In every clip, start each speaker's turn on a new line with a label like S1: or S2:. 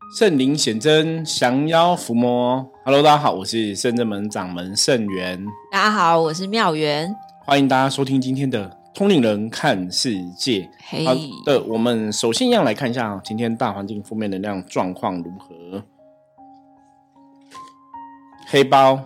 S1: 圣灵显真，降妖伏魔。Hello， 大家好，我是圣真门掌门圣元。
S2: 大家好，我是妙元。
S1: 欢迎大家收听今天的通灵人看世界。好的，我们首先要来看一下今天大环境负面能量状况如何。黑包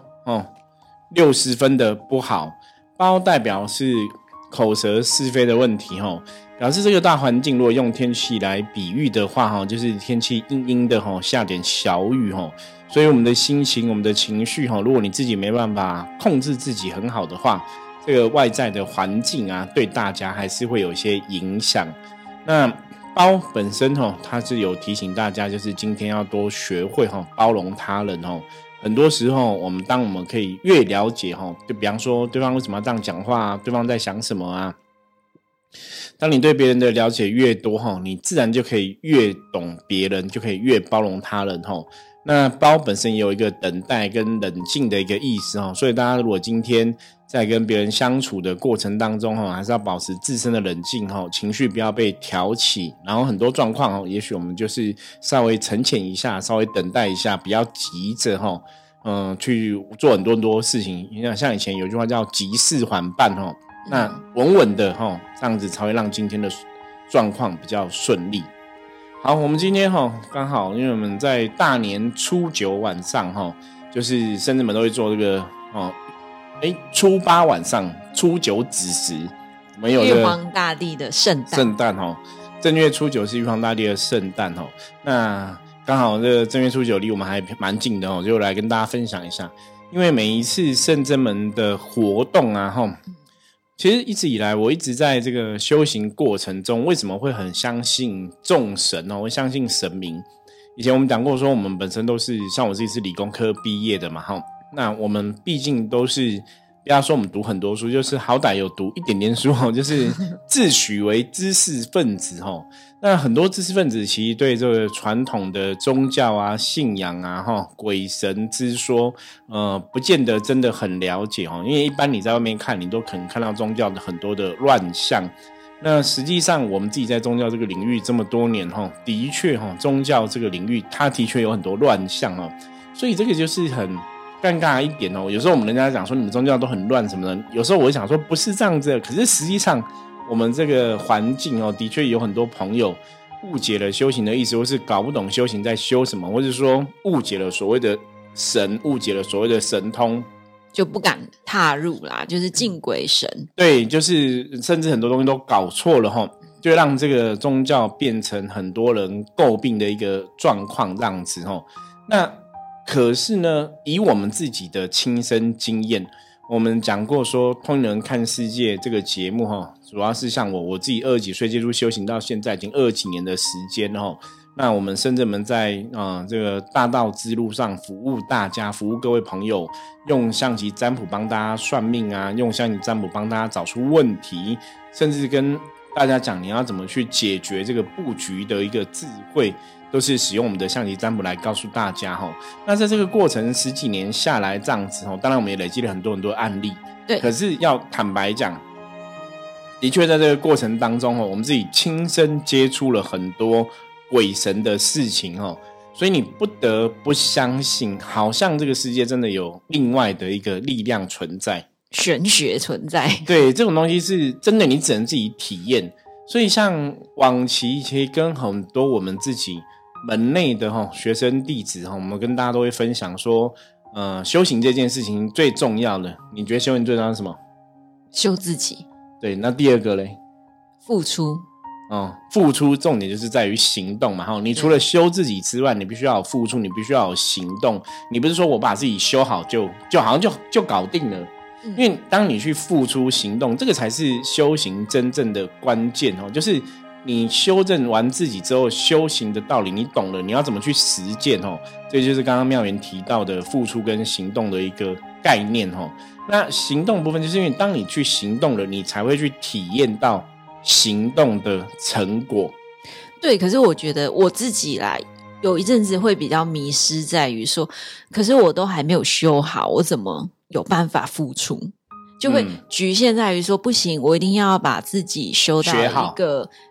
S1: 60分的不好，包代表是口舌是非的问题表示这个大环境如果用天气来比喻的话就是天气阴阴的下点小雨所以我们的心情我们的情绪如果你自己没办法控制自己很好的话，这个外在的环境啊对大家还是会有一些影响。那包本身它是有提醒大家，就是今天要多学会包容他人很多时候当我们可以越了解就比方说对方为什么要这样讲话对方在想什么啊，当你对别人的了解越多你自然就可以越懂别人，就可以越包容他人那包本身也有一个等待跟冷静的一个意思所以大家如果今天在跟别人相处的过程当中还是要保持自身的冷静情绪不要被挑起，然后很多状况也许我们就是稍微沉潜一下，稍微等待一下，不要急着去做很多事情。像以前有句话叫急事缓办那稳稳的这样子才会让今天的状况比较顺利。好，我们今天刚好因为我们在大年初9晚上就是圣真门都会做这个初8晚上初9子时我们有
S2: 玉皇大帝的圣诞
S1: 正月初9是玉皇大帝的圣诞那刚好这个正月初9离我们还蛮近的就来跟大家分享一下。因为每一次圣真门的活动啊其实一直以来我一直在这个修行过程中，为什么会很相信众神会相信神明。以前我们讲过说我们本身都是像我自己是理工科毕业的嘛那我们毕竟都是不要说我们读很多书，就是好歹有读一点点书就是自诩为知识分子那很多知识分子其实对这个传统的宗教啊信仰啊鬼神之说不见得真的很了解因为一般你在外面看你都可能看到宗教的很多的乱象。那实际上我们自己在宗教这个领域这么多年的确宗教这个领域它的确有很多乱象所以这个就是很尴尬一点有时候我们人家讲说你们宗教都很乱什么的，有时候我会想说不是这样子的，可是实际上我们这个环境的确有很多朋友误解了修行的意思，或是搞不懂修行在修什么，或是说误解了所谓的神，误解了所谓的神通，
S2: 就不敢踏入啦，就是敬鬼神。
S1: 对，就是甚至很多东西都搞错了就让这个宗教变成很多人诟病的一个状况这样子那可是呢，以我们自己的亲身经验，我们讲过说通灵人看世界这个节目主要是像我自己20几岁接触修行到现在已经20几年的时间那我们圣真门在这个大道之路上服务大家，服务各位朋友，用象棋占卜帮大家算命啊，用象棋占卜帮大家找出问题，甚至跟大家讲你要怎么去解决这个布局的一个智慧，都是使用我们的象棋占卜来告诉大家那在这个过程10几年下来这样子当然我们也累积了很多案例，
S2: 对，
S1: 可是要坦白讲，的确在这个过程当中我们自己亲身接触了很多鬼神的事情所以你不得不相信好像这个世界真的有另外的一个力量存在，
S2: 玄学存在。
S1: 对，这种东西是真的你只能自己体验。所以像往期其实跟很多我们自己门内的学生弟子我们跟大家都会分享说修行这件事情最重要的，你觉得修行最重要是什么？
S2: 修自己。
S1: 对，那第二个嘞？
S2: 付出。
S1: 付出重点就是在于行动嘛你除了修自己之外，你必须要有付出，你必须要有行动。你不是说我把自己修好就好像就搞定了因为当你去付出行动，这个才是修行真正的关键就是你修正完自己之后，修行的道理你懂了，你要怎么去实践这就是刚刚妙元提到的付出跟行动的一个概念那行动部分就是因为当你去行动了，你才会去体验到行动的成果。
S2: 对，可是我觉得我自己啦有一阵子会比较迷失在于说，可是我都还没有修好，我怎么有办法付出，就会局限在于说不行，我一定要把自己修到一个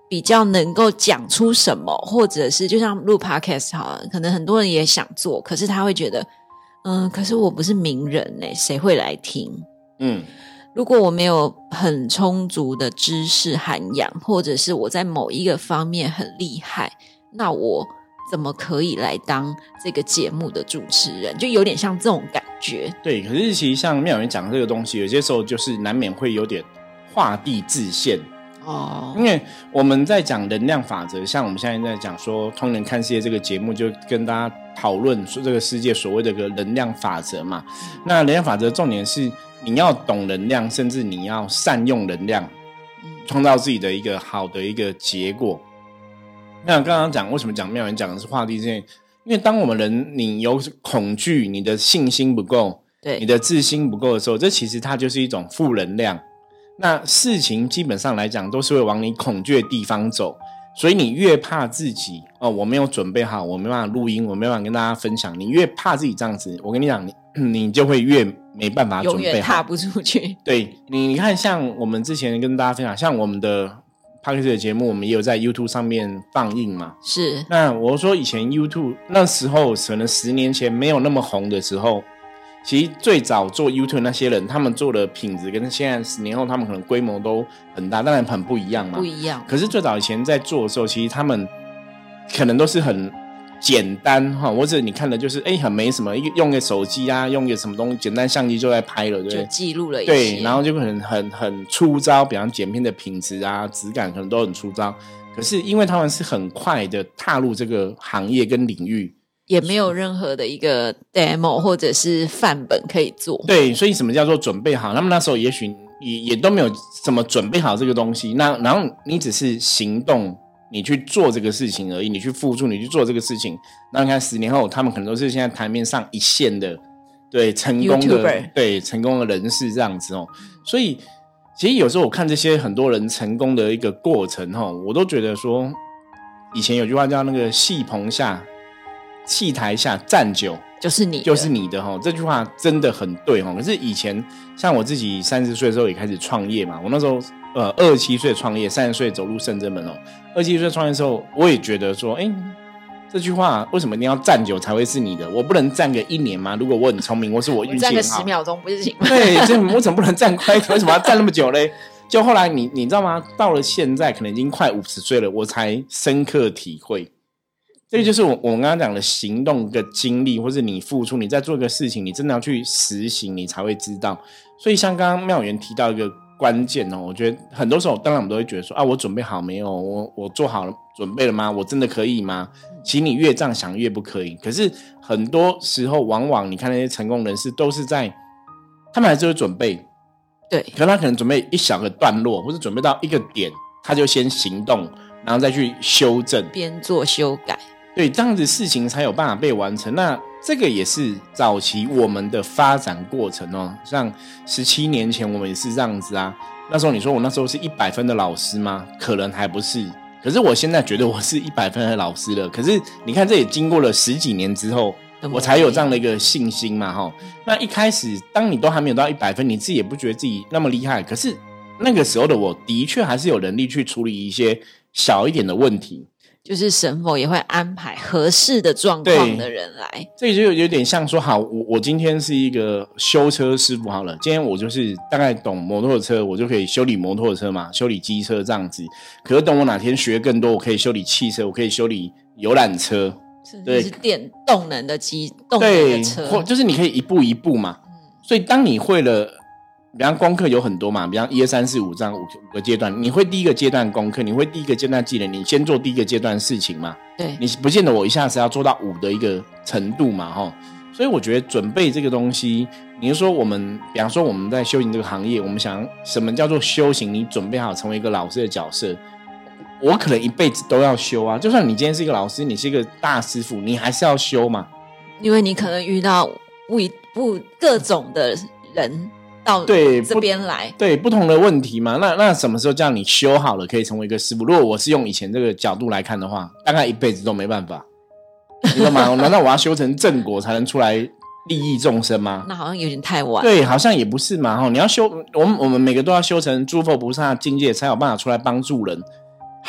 S2: 比较能够讲出什么，或者是就像录 podcast 好了，可能很多人也想做，可是他会觉得可是我不是名人欸，谁会来听？如果我没有很充足的知识涵养，或者是我在某一个方面很厉害，那我怎么可以来当这个节目的主持人？就有点像这种感觉。
S1: 对，可是其实像妙媛讲的这个东西，有些时候就是难免会有点画地自限因为我们在讲能量法则，像我们现在在讲说通人看世界这个节目，就跟大家讨论说这个世界所谓的一个能量法则嘛。那能量法则重点是你要懂能量，甚至你要善用能量，创造自己的一个好的一个结果。那刚刚讲为什么讲妙媛讲的是画地自限，因为当我们人你有恐惧，你的信心不够，
S2: 对，
S1: 你的自信不够的时候，这其实它就是一种负能量。那事情基本上来讲都是会往你恐惧的地方走，所以你越怕自己我没有准备好，我没办法录音，我没办法跟大家分享，你越怕自己这样子，我跟你讲你就会越没办法准备好，
S2: 永远踏不出去。
S1: 对，你看像我们之前跟大家分享，像我们的 Podcast 的节目，我们也有在 YouTube 上面放映嘛。
S2: 是。
S1: 那我说以前 YouTube 那时候可能10年前没有那么红的时候，其实最早做 YouTube 那些人，他们做的品质跟现在10年后他们可能规模都很大，当然很不一样嘛。
S2: 不一样。
S1: 可是最早以前在做的时候，其实他们可能都是很简单或者你看的就是很没什么，用个手机啊，用个什么东西简单相机就在拍了，对不对？
S2: 就记录了一些。
S1: 对，然后就可能很粗糙，比方剪片的品质啊质感可能都很粗糙，可是因为他们是很快的踏入这个行业跟领域，
S2: 也没有任何的一个 demo 或者是范本可以做。
S1: 对，所以什么叫做准备好？他们那时候也许也都没有怎么准备好这个东西，然后你只是行动，你去做这个事情而已，你去付出，你去做这个事情。那你看10年后，他们可能都是现在台面上一线的，对，成功的 YouTuber， 对，成功的人士这样子所以其实有时候我看这些很多人成功的一个过程我都觉得说，以前有句话叫那个戏棚下戏台下站久
S2: 就是你
S1: 的这句话真的很对可是以前像我自己30岁的时候也开始创业嘛，我那时候27岁创业，30岁走入圣真门27岁创业的时候，我也觉得说这句话为什么一定要站久才会是你的？我不能站个1年吗？如果我很聪明，或是我运气很好，
S2: 站个10秒钟不行吗？
S1: 对，我怎么不能站快一点？为什么要站那么久嘞？就后来你知道吗？到了现在可能已经快50岁了，我才深刻体会，这个就是我们刚刚讲的行动的经历，或是你付出，你在做一个事情，你真的要去实行，你才会知道。所以像刚刚妙媛提到一个关键我觉得很多时候当然我们都会觉得说我准备好没有，我做好了准备了吗？我真的可以吗？其实你越这样想越不可以。可是很多时候往往你看那些成功人士都是在他们还是会准备，
S2: 对，
S1: 可他可能准备一小个段落，或是准备到一个点他就先行动，然后再去修正，
S2: 边做修改，对，
S1: 这样子事情才有办法被完成。那这个也是早期我们的发展过程像17年前我们也是这样子啊。那时候你说我那时候是100分的老师吗？可能还不是，可是我现在觉得我是100分的老师了。可是你看这也经过了10几年之后，我才有这样的一个信心嘛那一开始当你都还没有到100分，你自己也不觉得自己那么厉害，可是那个时候的我的确还是有能力去处理一些小一点的问题，
S2: 就是神佛也会安排合适的状况的人来。
S1: 这就有点像说，好，我今天是一个修车师傅好了，今天我就是大概懂摩托车，我就可以修理摩托车嘛，修理机车这样子。可是等我哪天学更多，我可以修理汽车，我可以修理游览车，
S2: 对，是电动能的动能的车，
S1: 对，就是你可以一步一步嘛。所以当你会了，比方功课有很多嘛，比方1、2、3、4、5这样5个阶段，你会第一个阶段功课，你会第一个阶段技能，你先做第一个阶段事情嘛。
S2: 对，
S1: 你不见得我一下子要做到5的一个程度嘛所以我觉得准备这个东西，你是说我们比方说我们在修行这个行业，我们想什么叫做修行？你准备好成为一个老师的角色，我可能一辈子都要修啊。就算你今天是一个老师，你是一个大师傅，你还是要修嘛，
S2: 因为你可能遇到各种的人到这边来，
S1: 对不同的问题嘛。那什么时候叫你修好了可以成为一个师傅？如果我是用以前这个角度来看的话，大概一辈子都没办法，你知道吗？难道我要修成正果才能出来利益众生吗？
S2: 那好像有点太晚。
S1: 对，好像也不是嘛你要修，我们每个都要修成诸佛菩萨境界才有办法出来帮助人，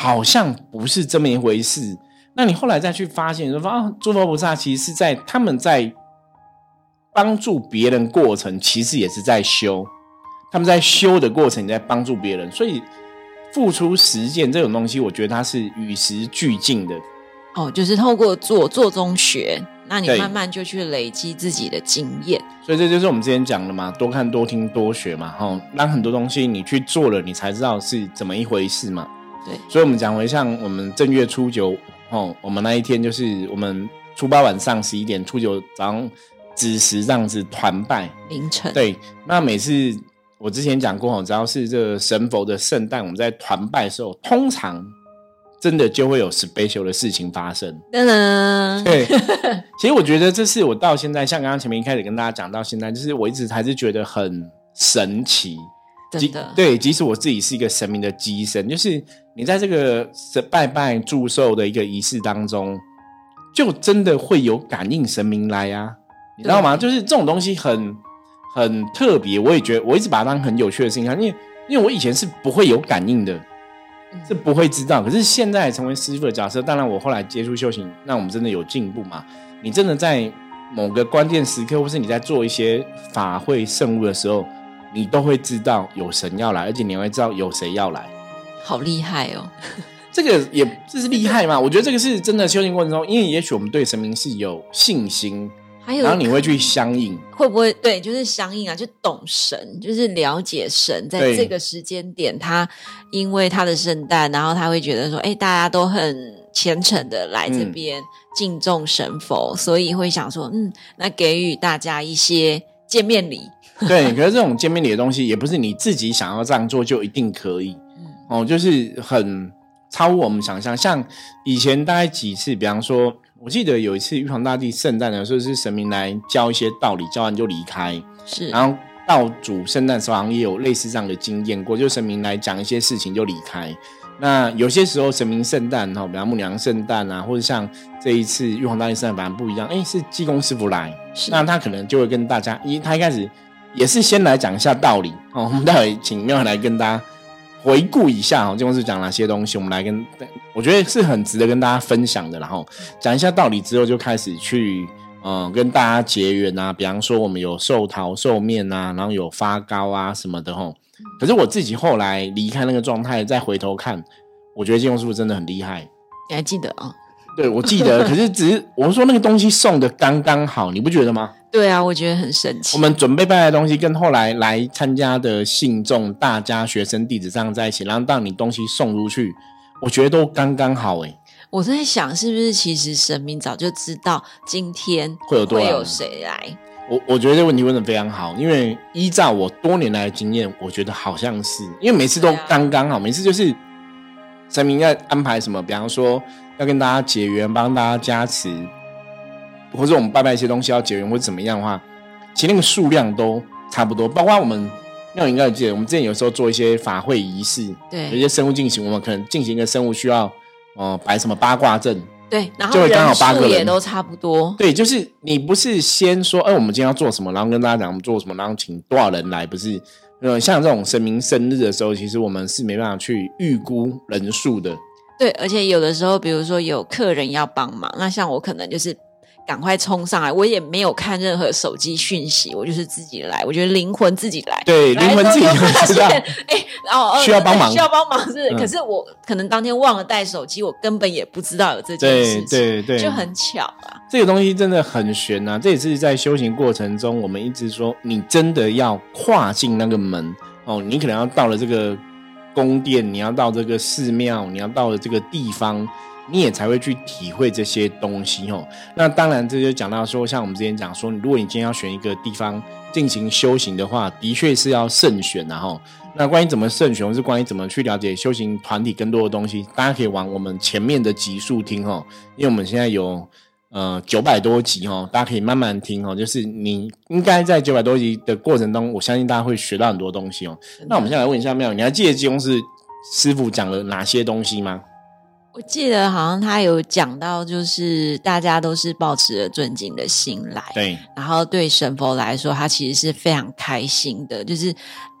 S1: 好像不是这么一回事。那你后来再去发现说诸佛菩萨其实是他们在帮助别人过程其实也是在修，他们在修的过程也在帮助别人，所以付出实践这种东西我觉得它是与时俱进的。
S2: 就是透过做中学，那你慢慢就去累积自己的经验。
S1: 所以这就是我们之前讲的嘛，多看多听多学嘛，让很多东西你去做了你才知道是怎么一回事嘛。
S2: 对，
S1: 所以我们讲回像我们正月初9我们那一天就是我们初8晚上11点，初9早上子时这样子团拜
S2: 凌晨。
S1: 对，那每次我之前讲过，只要是这个神佛的圣诞，我们在团拜的时候通常真的就会有 special 的事情发生。对，其实我觉得这是我到现在像刚刚前面一开始跟大家讲到现在，就是我一直还是觉得很神奇。
S2: 真的，
S1: 对，即使我自己是一个神明的机身，就是你在这个拜拜祝寿的一个仪式当中，就真的会有感应神明来啊，你知道吗？就是这种东西很特别，我也觉得我一直把它当很有趣的事情看，因为我以前是不会有感应的，是不会知道。可是现在成为师父的角色，当然我后来接触修行，那我们真的有进步嘛？你真的在某个关键时刻，或是你在做一些法会圣物的时候，你都会知道有神要来，而且你会知道有谁要来。
S2: 好厉害哦！
S1: 这是厉害吗？我觉得这个是真的修行过程中，因为也许我们对神明是有信心，然后你会去相应，
S2: 会不会对？就是相应啊，就懂神，就是了解神，在这个时间点，他因为他的圣诞，然后他会觉得说，大家都很虔诚的来这边敬重神佛，所以会想说，那给予大家一些见面礼。
S1: 对，可是这种见面礼的东西，也不是你自己想要这样做就一定可以，就是很超乎我们想象。像以前大概几次，比方说我记得有一次玉皇大帝圣诞的时候，是神明来教一些道理，教完就离开。
S2: 是，
S1: 然后道主圣诞的时候好像也有类似这样的经验过，就神明来讲一些事情就离开。那有些时候神明圣诞，比方母娘圣诞啊，或者像这一次玉皇大帝圣诞反而不一样，是济公师傅来，那他可能就会跟大家，他一开始也是先来讲一下道理。我们待会请妙来跟大家回顾一下济公师傅讲哪些东西，我们来我觉得是很值得跟大家分享的。然后讲一下道理之后，就开始去跟大家结缘啊，比方说我们有寿桃寿面啊，然后有发糕啊什么的可是我自己后来离开那个状态，再回头看，我觉得济公师傅真的很厉害。
S2: 你还记得啊？
S1: 对，我记得。可是只是我说那个东西送的刚刚好，你不觉得吗？
S2: 对啊，我觉得很神奇。
S1: 我们准备拜的东西跟后来来参加的信众、大家、学生、弟子这样在一起，然后当你东西送出去，我觉得都刚刚好。
S2: 我在想，是不是其实神明早就知道今天会有谁来？我
S1: 觉得这个问题问得非常好，因为依照我多年来的经验，我觉得好像是，因为每次都刚刚好，每次就是神明要安排什么，比方说要跟大家结缘，帮大家加持，或者我们拜拜一些东西要结缘或者怎么样的话，其实那个数量都差不多。包括我们那我应该记得，我们之前有时候做一些法会仪式，
S2: 对，
S1: 有些生物进行，我们可能进行一个生物需要摆什么八卦阵。
S2: 对，然后
S1: 就会刚好8个人
S2: 也都差不多。
S1: 对，就是你不是先说，我们今天要做什么，然后跟大家讲我们做什么，然后请多少人来，不是？像这种神明生日的时候，其实我们是没办法去预估人数的。
S2: 对，而且有的时候，比如说有客人要帮忙，那像我可能就是赶快冲上来，我也没有看任何手机讯息，我就是自己来。我觉得灵魂自己来，
S1: 对，灵魂自己就知道，需要帮忙，
S2: 需要帮忙是。可是我可能当天忘了带手机，我根本也不知道有这件事情，
S1: 对，
S2: 就很巧啊。
S1: 这个东西真的很玄啊！这也是在修行过程中，我们一直说，你真的要跨进那个门你可能要到了这个宫殿，你要到这个寺庙，你要到了这个地方，你也才会去体会这些东西那当然这就讲到说，像我们之前讲说，如果你今天要选一个地方进行修行的话，的确是要慎选那关于怎么慎选，或是关于怎么去了解修行团体更多的东西，大家可以往我们前面的集数听因为我们现在有900多集大家可以慢慢听就是你应该在900多集的过程中，我相信大家会学到很多东西那我们现在来问一下妙，你还记得济公师傅讲了哪些东西吗？
S2: 我记得好像他有讲到，就是大家都是抱持着尊敬的心来，
S1: 对，
S2: 然后对神佛来说，他其实是非常开心的，就是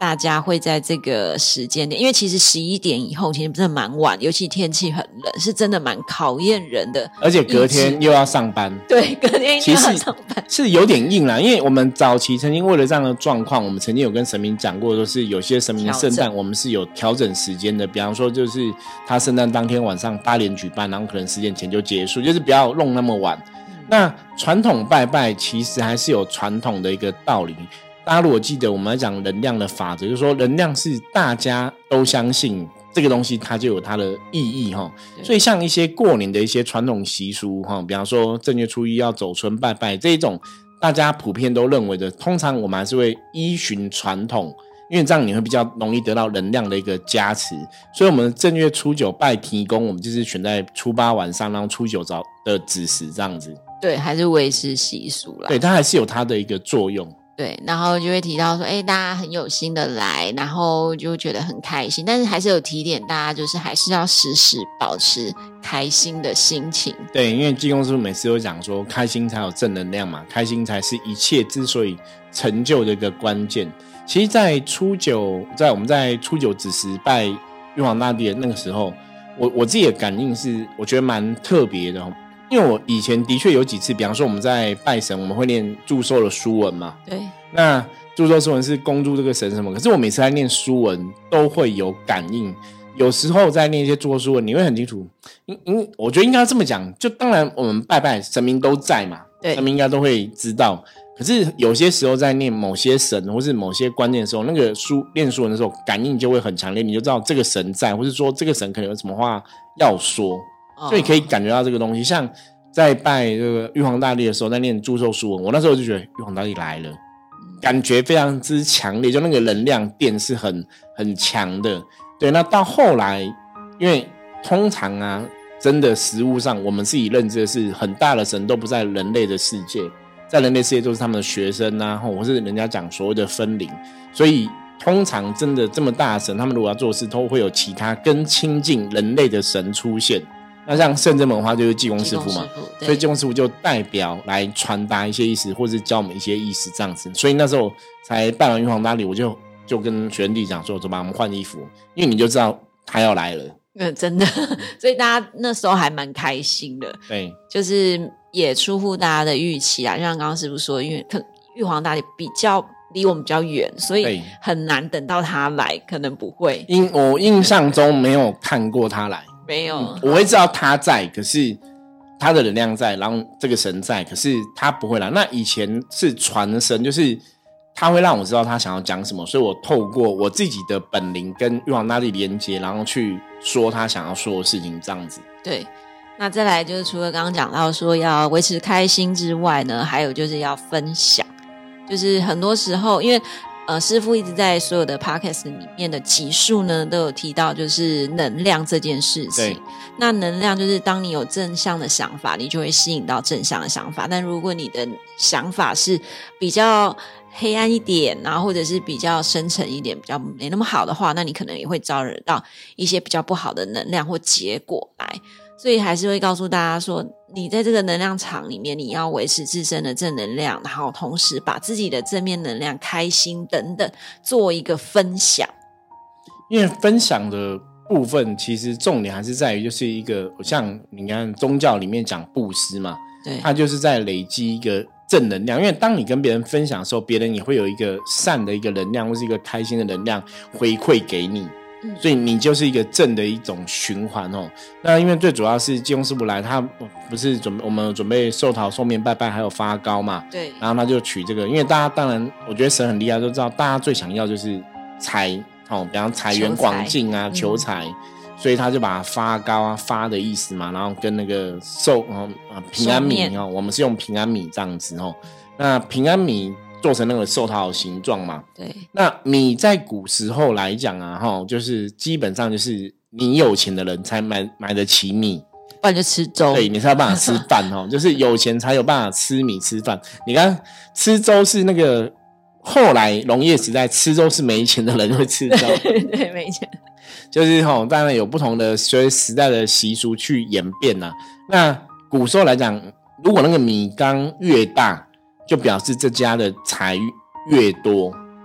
S2: 大家会在这个时间点，因为其实11点以后其实真的蛮晚，尤其天气很冷，是真的蛮考验人的，
S1: 而且隔天又要上班。
S2: 对，隔天又要上班，
S1: 是有点硬啦。因为我们早期曾经为了这样的状况，我们曾经有跟神明讲过，说是有些神明的圣诞我们是有调整时间的，比方说就是他圣诞当天晚上8点举办，然后可能10点前就结束，就是不要弄那么晚。那传统拜拜其实还是有传统的一个道理，大家如果记得我们来讲能量的法则，就是说能量是大家都相信这个东西，它就有它的意义。所以像一些过年的一些传统习俗，比方说正月初一要走春拜拜，这一种大家普遍都认为的，通常我们还是会依循传统，因为这样你会比较容易得到能量的一个加持。所以我们正月初9拜天公，我们就是选在初8晚上，然后初9早的子时这样子。
S2: 对，还是维持习俗啦。
S1: 对，它还是有它的一个作用。
S2: 对，然后就会提到说，大家很有心的来，然后就觉得很开心，但是还是有提点大家，就是还是要时时保持开心的心情。
S1: 对，因为济公师傅每次都讲说，开心才有正能量嘛，开心才是一切之所以成就的一个关键。其实在初9，我们在初9子时拜玉皇大帝的那个时候，我自己的感应是我觉得蛮特别的。因为我以前的确有几次，比方说我们在拜神，我们会念祝寿的书文嘛。
S2: 对。
S1: 那祝寿书文是恭祝这个神什么？可是我每次在念书文都会有感应。有时候在念一些祝寿书文，你会很清楚。我觉得应该要这么讲，就当然我们拜拜神明都在嘛，神明应该都会知道。可是有些时候在念某些神或是某些观念的时候，那个念书文的时候，感应就会很强烈，你就知道这个神在，或是说这个神可能有什么话要说。所以可以感觉到这个东西，像在拜这个玉皇大帝的时候，在念祝寿书文，我那时候就觉得玉皇大帝来了，感觉非常之强烈，就那个能量电是很强的。对，那到后来，因为通常啊，真的实务上，我们自己认知的是很大的神都不在人类的世界，在人类世界都是他们的学生啊，或是人家讲所谓的分灵，所以通常真的这么大的神，他们如果要做事，都会有其他更亲近人类的神出现。那像圣真门的话就是济公师傅嘛，所以济公师傅就代表来传达一些意思，或是教我们一些意思这样子。所以那时候才拜完玉皇大帝，我就跟学生弟讲说，走吧，我们换衣服，因为你就知道他要来了。
S2: 真的，所以大家那时候还蛮开心的。
S1: 对，
S2: 就是也出乎大家的预期啊，就像刚刚师傅说，因为玉皇大帝离我们比较远，所以很难等到他来，可能不会。
S1: 我印象中没有看过他来。
S2: 没有，
S1: 我会知道他在，可是他的能量在，然后这个神在，可是他不会来。那以前是传神，就是他会让我知道他想要讲什么，所以我透过我自己的本灵跟玉皇大帝连接，然后去说他想要说的事情，这样子。
S2: 对，那再来就是除了刚刚讲到说要维持开心之外呢，还有就是要分享，就是很多时候因为师父一直在所有的 podcast 里面的集数呢都有提到就是能量这件事情。那能量就是当你有正向的想法，你就会吸引到正向的想法，但如果你的想法是比较黑暗一点，然后或者是比较深沉一点，比较没那么好的话，那你可能也会招惹到一些比较不好的能量或结果来。所以还是会告诉大家说，你在这个能量场里面，你要维持自身的正能量，然后同时把自己的正面能量、开心等等做一个分享。
S1: 因为分享的部分其实重点还是在于就是一个像你看宗教里面讲布施嘛，
S2: 对，
S1: 它就是在累积一个正能量。因为当你跟别人分享的时候，别人也会有一个善的一个能量或是一个开心的能量回馈给你，所以你就是一个正的一种循环哦。那因为最主要是济公师傅来，他不是我们准备寿桃寿面拜拜还有发糕嘛，
S2: 对，
S1: 然后他就取这个，因为大家当然我觉得神很厉害，都知道大家最想要就是财哦，比方财源广进啊，求财，所以他就把发糕啊发的意思嘛，然后跟那个平安米哦，我们是用平安米这样子哦，那平安米做成那个寿桃的形状嘛，
S2: 对。那
S1: 米在古时候来讲啊，就是基本上就是你有钱的人才买得起米，
S2: 不然就吃粥。
S1: 对，你才有办法吃饭就是有钱才有办法吃米吃饭。你看吃粥是那个后来农业时代吃粥是没钱的人会吃粥，
S2: 对，没钱。
S1: 就是当然有不同的随时代的习俗去演变啊。那古时候来讲，如果那个米缸越大，就表示这家的财越多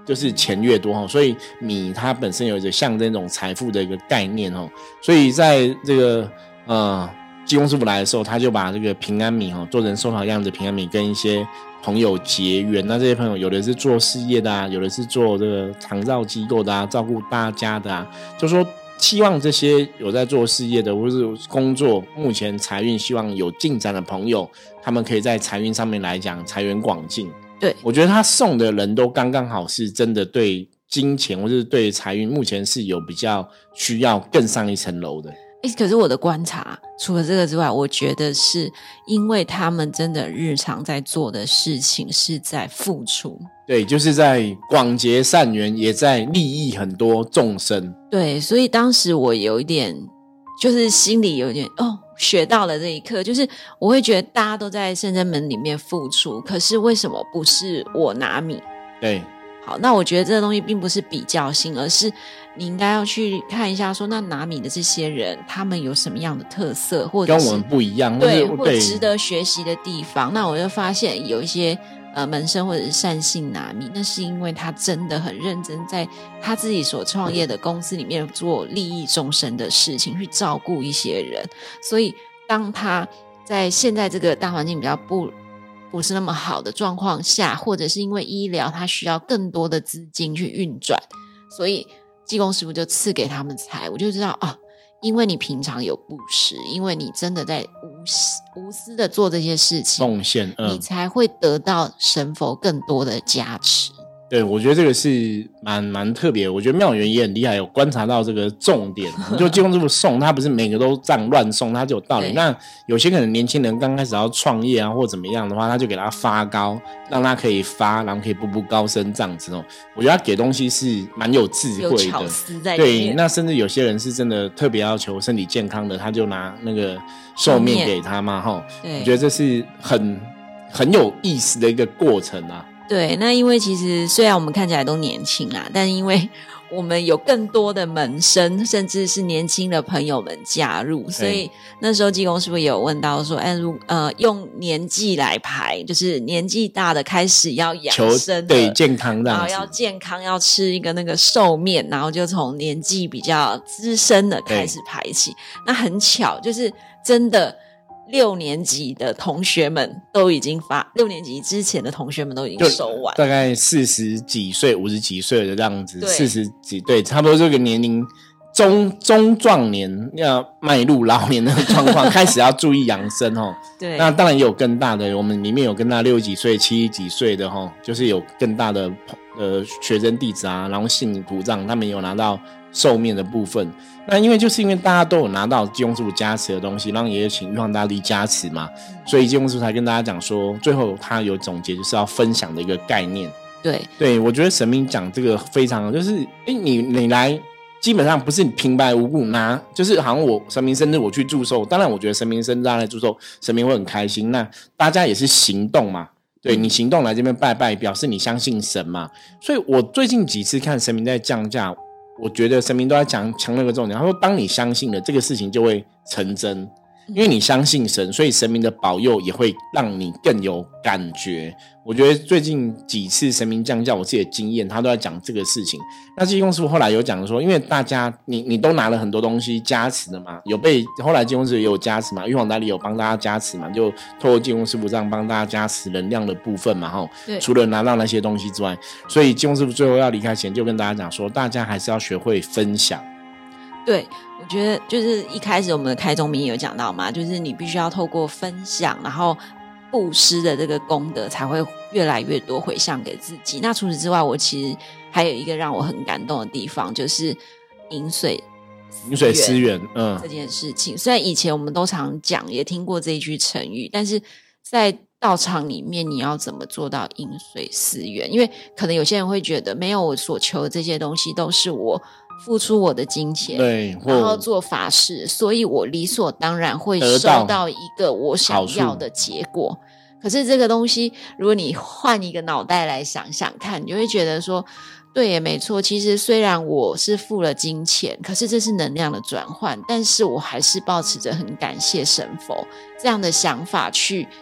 S1: 就是钱越多所以米它本身有着像这种财富的一个概念所以在这个济公师傅来的时候，他就把这个平安米做成寿桃样子平安米，跟一些朋友结缘。那这些朋友有的是做事业的啊，有的是做这个长照机构的啊，照顾大家的啊，就说希望这些有在做事业的或是工作目前财运希望有进展的朋友，他们可以在财运上面来讲财源广进。
S2: 对，
S1: 我觉得他送的人都刚刚好是真的对金钱或是对财运目前是有比较需要更上一层楼的。
S2: 可是我的观察除了这个之外，我觉得是因为他们真的日常在做的事情是在付出，
S1: 对，就是在广结善缘，也在利益很多众生。
S2: 对，所以当时我有一点就是心里有点学到了这一刻，就是我会觉得大家都在圣真门里面付出，可是为什么不是我拿米？
S1: 对，
S2: 好，那我觉得这个东西并不是比较性，而是你应该要去看一下说，那拿米的这些人他们有什么样的特色，或者是
S1: 跟我们不一样，
S2: 对，或者值得学习的地方。那我就发现有一些门生或者是善信拿米，那是因为他真的很认真在他自己所创业的公司里面做利益众生的事情，去照顾一些人。所以当他在现在这个大环境比较不是那么好的状况下，或者是因为医疗他需要更多的资金去运转，所以济公师傅就赐给他们财。我就知道因为你平常有布施，因为你真的在无私的做这些事情
S1: 奉献，
S2: 你才会得到神佛更多的加持。
S1: 对，我觉得这个是蛮特别的。我觉得妙缘也很厉害，有观察到这个重点。就济公师傅送他不是每个都这样乱送，他就有道理。那有些可能年轻人刚开始要创业啊或怎么样的话，他就给他发高，让他可以发，然后可以步步高升这样子我觉得他给东西是蛮有智慧的，
S2: 有巧思在里面。
S1: 对，那甚至有些人是真的特别要求身体健康的，他就拿那个寿面给他嘛我觉得这是很有意思的一个过程啊。
S2: 对，那因为其实虽然我们看起来都年轻啦，但因为我们有更多的门生甚至是年轻的朋友们加入，所以那时候济公师傅也有问到说用年纪来排，就是年纪大的开始要养生，
S1: 对，健康这样子，
S2: 然后要健康，要吃一个那个寿面，然后就从年纪比较资深的开始排起。那很巧，就是真的6年级的同学们都已经6年级之前的同学们都已经收完，
S1: 大概40几岁50几岁的这样子，40几，对，差不多这个年龄中壮年要迈入老年的状况开始要注意养生
S2: 对，
S1: 那当然也有更大的，我们里面有更大60几岁70几岁的就是有更大的学生弟子啊，然后信徒长他们有拿到寿面的部分。那因为大家都有拿到济公师傅加持的东西，然后也有请玉皇大帝加持嘛，所以济公师傅才跟大家讲说，最后他有总结就是要分享的一个概念。对，我觉得神明讲这个非常就是你来基本上不是你平白无故拿，就是好像我神明生日我去祝寿，当然我觉得神明生日大家来祝寿神明会很开心，那大家也是行动嘛，对，你行动来这边拜拜表示你相信神嘛。所以我最近几次看神明在降价，我觉得神明都在强调一个重点，他说当你相信了这个事情就会成真，因为你相信神，所以神明的保佑也会让你更有感觉。我觉得最近几次神明降价我自己的经验他都在讲这个事情。那济公师傅后来有讲说，因为大家你都拿了很多东西加持的嘛，有被后来济公师傅也有加持嘛，玉皇大帝有帮大家加持嘛，就透过济公师傅这样帮大家加持能量的部分嘛除了拿到那些东西之外，所以济公师傅最后要离开前就跟大家讲说，大家还是要学会分享。
S2: 对，我觉得就是一开始我们的开宗明义有讲到嘛，就是你必须要透过分享，然后布施的这个功德才会越来越多回向给自己。那除此之外，我其实还有一个让我很感动的地方，就是饮水思源这件事情。虽然以前我们都常讲，也听过这一句成语，但是在道场里面你要怎么做到饮水思源？因为可能有些人会觉得，没有我所求的这些东西都是我付出我的金钱，
S1: 对，
S2: 然后做法事，所以我理所当然会收到一个我想要的结果。可是这个东西如果你换一个脑袋来想想看，你就会觉得说，对也没错，其实虽然我是付了金钱，可是这是能量的转换，但是我还是抱持着很感谢神佛这样的想法去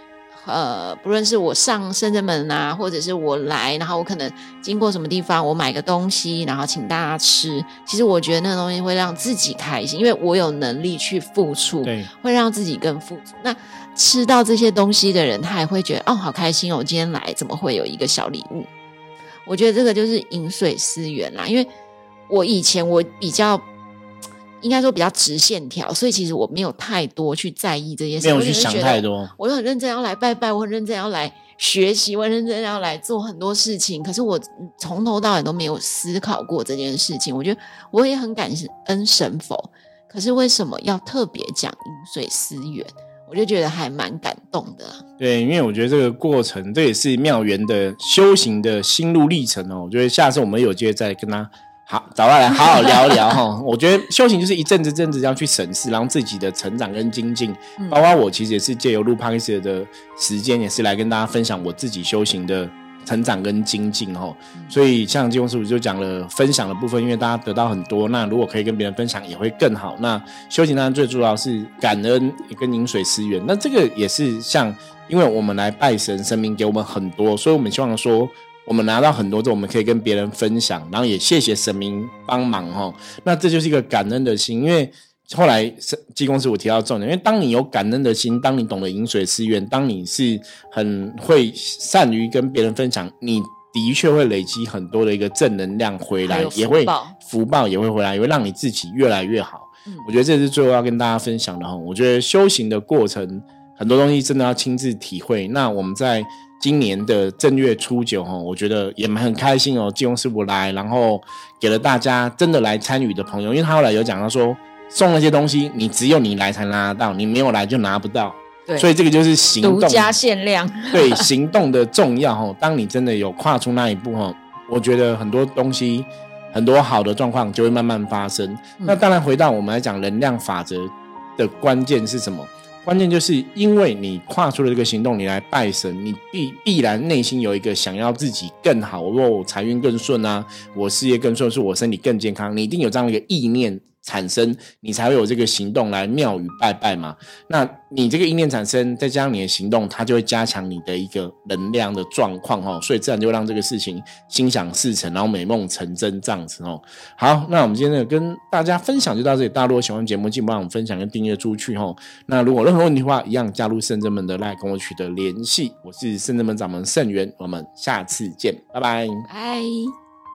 S2: 不论是我上圣真门啊，或者是我来，然后我可能经过什么地方，我买个东西，然后请大家吃。其实我觉得那个东西会让自己开心，因为我有能力去付出，
S1: 对，
S2: 会让自己更富足。那吃到这些东西的人，他也会觉得哦，好开心哦，我今天来怎么会有一个小礼物？我觉得这个就是饮水思源啦，因为我以前我比较。应该说比较直线条，所以其实我没有太多去在意这些事，
S1: 没有去想太多。
S2: 我很认真要来拜拜，我很认真要来学习，我很认真要来做很多事情。可是我从头到尾都没有思考过这件事情。我觉得我也很感恩神佛，可是为什么要特别讲饮水思源？我就觉得还蛮感动的。
S1: 对，因为我觉得这个过程，这也是妙缘的修行的心路历程哦。我觉得下次我们有机会再跟他。好，找他来好好聊一聊哈。我觉得修行就是一阵子要去审视，然后自己的成长跟精进。包括我其实也是借由录 Podcast 的时间，也是来跟大家分享我自己修行的成长跟精进哈。所以像济公师傅就讲了分享的部分，因为大家得到很多，那如果可以跟别人分享也会更好。那修行当然最主要是感恩跟饮水思源。那这个也是像，因为我们来拜神，神明给我们很多，所以我们希望说。我们拿到很多之后，我们可以跟别人分享，然后也谢谢神明帮忙齁。那这就是一个感恩的心，因为后来济公师傅提到重点，因为当你有感恩的心，当你懂得饮水思源，当你是很会善于跟别人分享，你的确会累积很多的一个正能量回来，也会福报也会回来，也会让你自己越来越好。我觉得这是最后要跟大家分享的齁。我觉得修行的过程很多东西真的要亲自体会。那我们在今年的正月初9，我觉得也很开心哦。济公师傅来，然后给了大家真的来参与的朋友，因为他后来有讲到说，送那些东西，你只有你来才拿得到，你没有来就拿不到。对，所以这个就是行动，
S2: 独家限量。
S1: 对，行动的重要。当你真的有跨出那一步，我觉得很多东西，很多好的状况就会慢慢发生。那当然，回到我们来讲能量法则的关键是什么？关键就是因为你跨出了这个行动，你来拜神，你必然内心有一个想要自己更好，我财运更顺啊，我事业更顺，是我身体更健康，你一定有这样的一个意念产生，你才会有这个行动来庙宇拜拜嘛。那你这个意念产生，再加上你的行动，它就会加强你的一个能量的状况，所以自然就会让这个事情心想事成，然后美梦成真这样子。好，那我们今天跟大家分享就到这里，大家如果喜欢节目，请帮我们分享跟订阅出去。那如果有任何问题的话，一样加入圣真门的 LINE 跟我取得联系。我是圣真门掌门圣元，我们下次见，拜拜。
S2: 拜。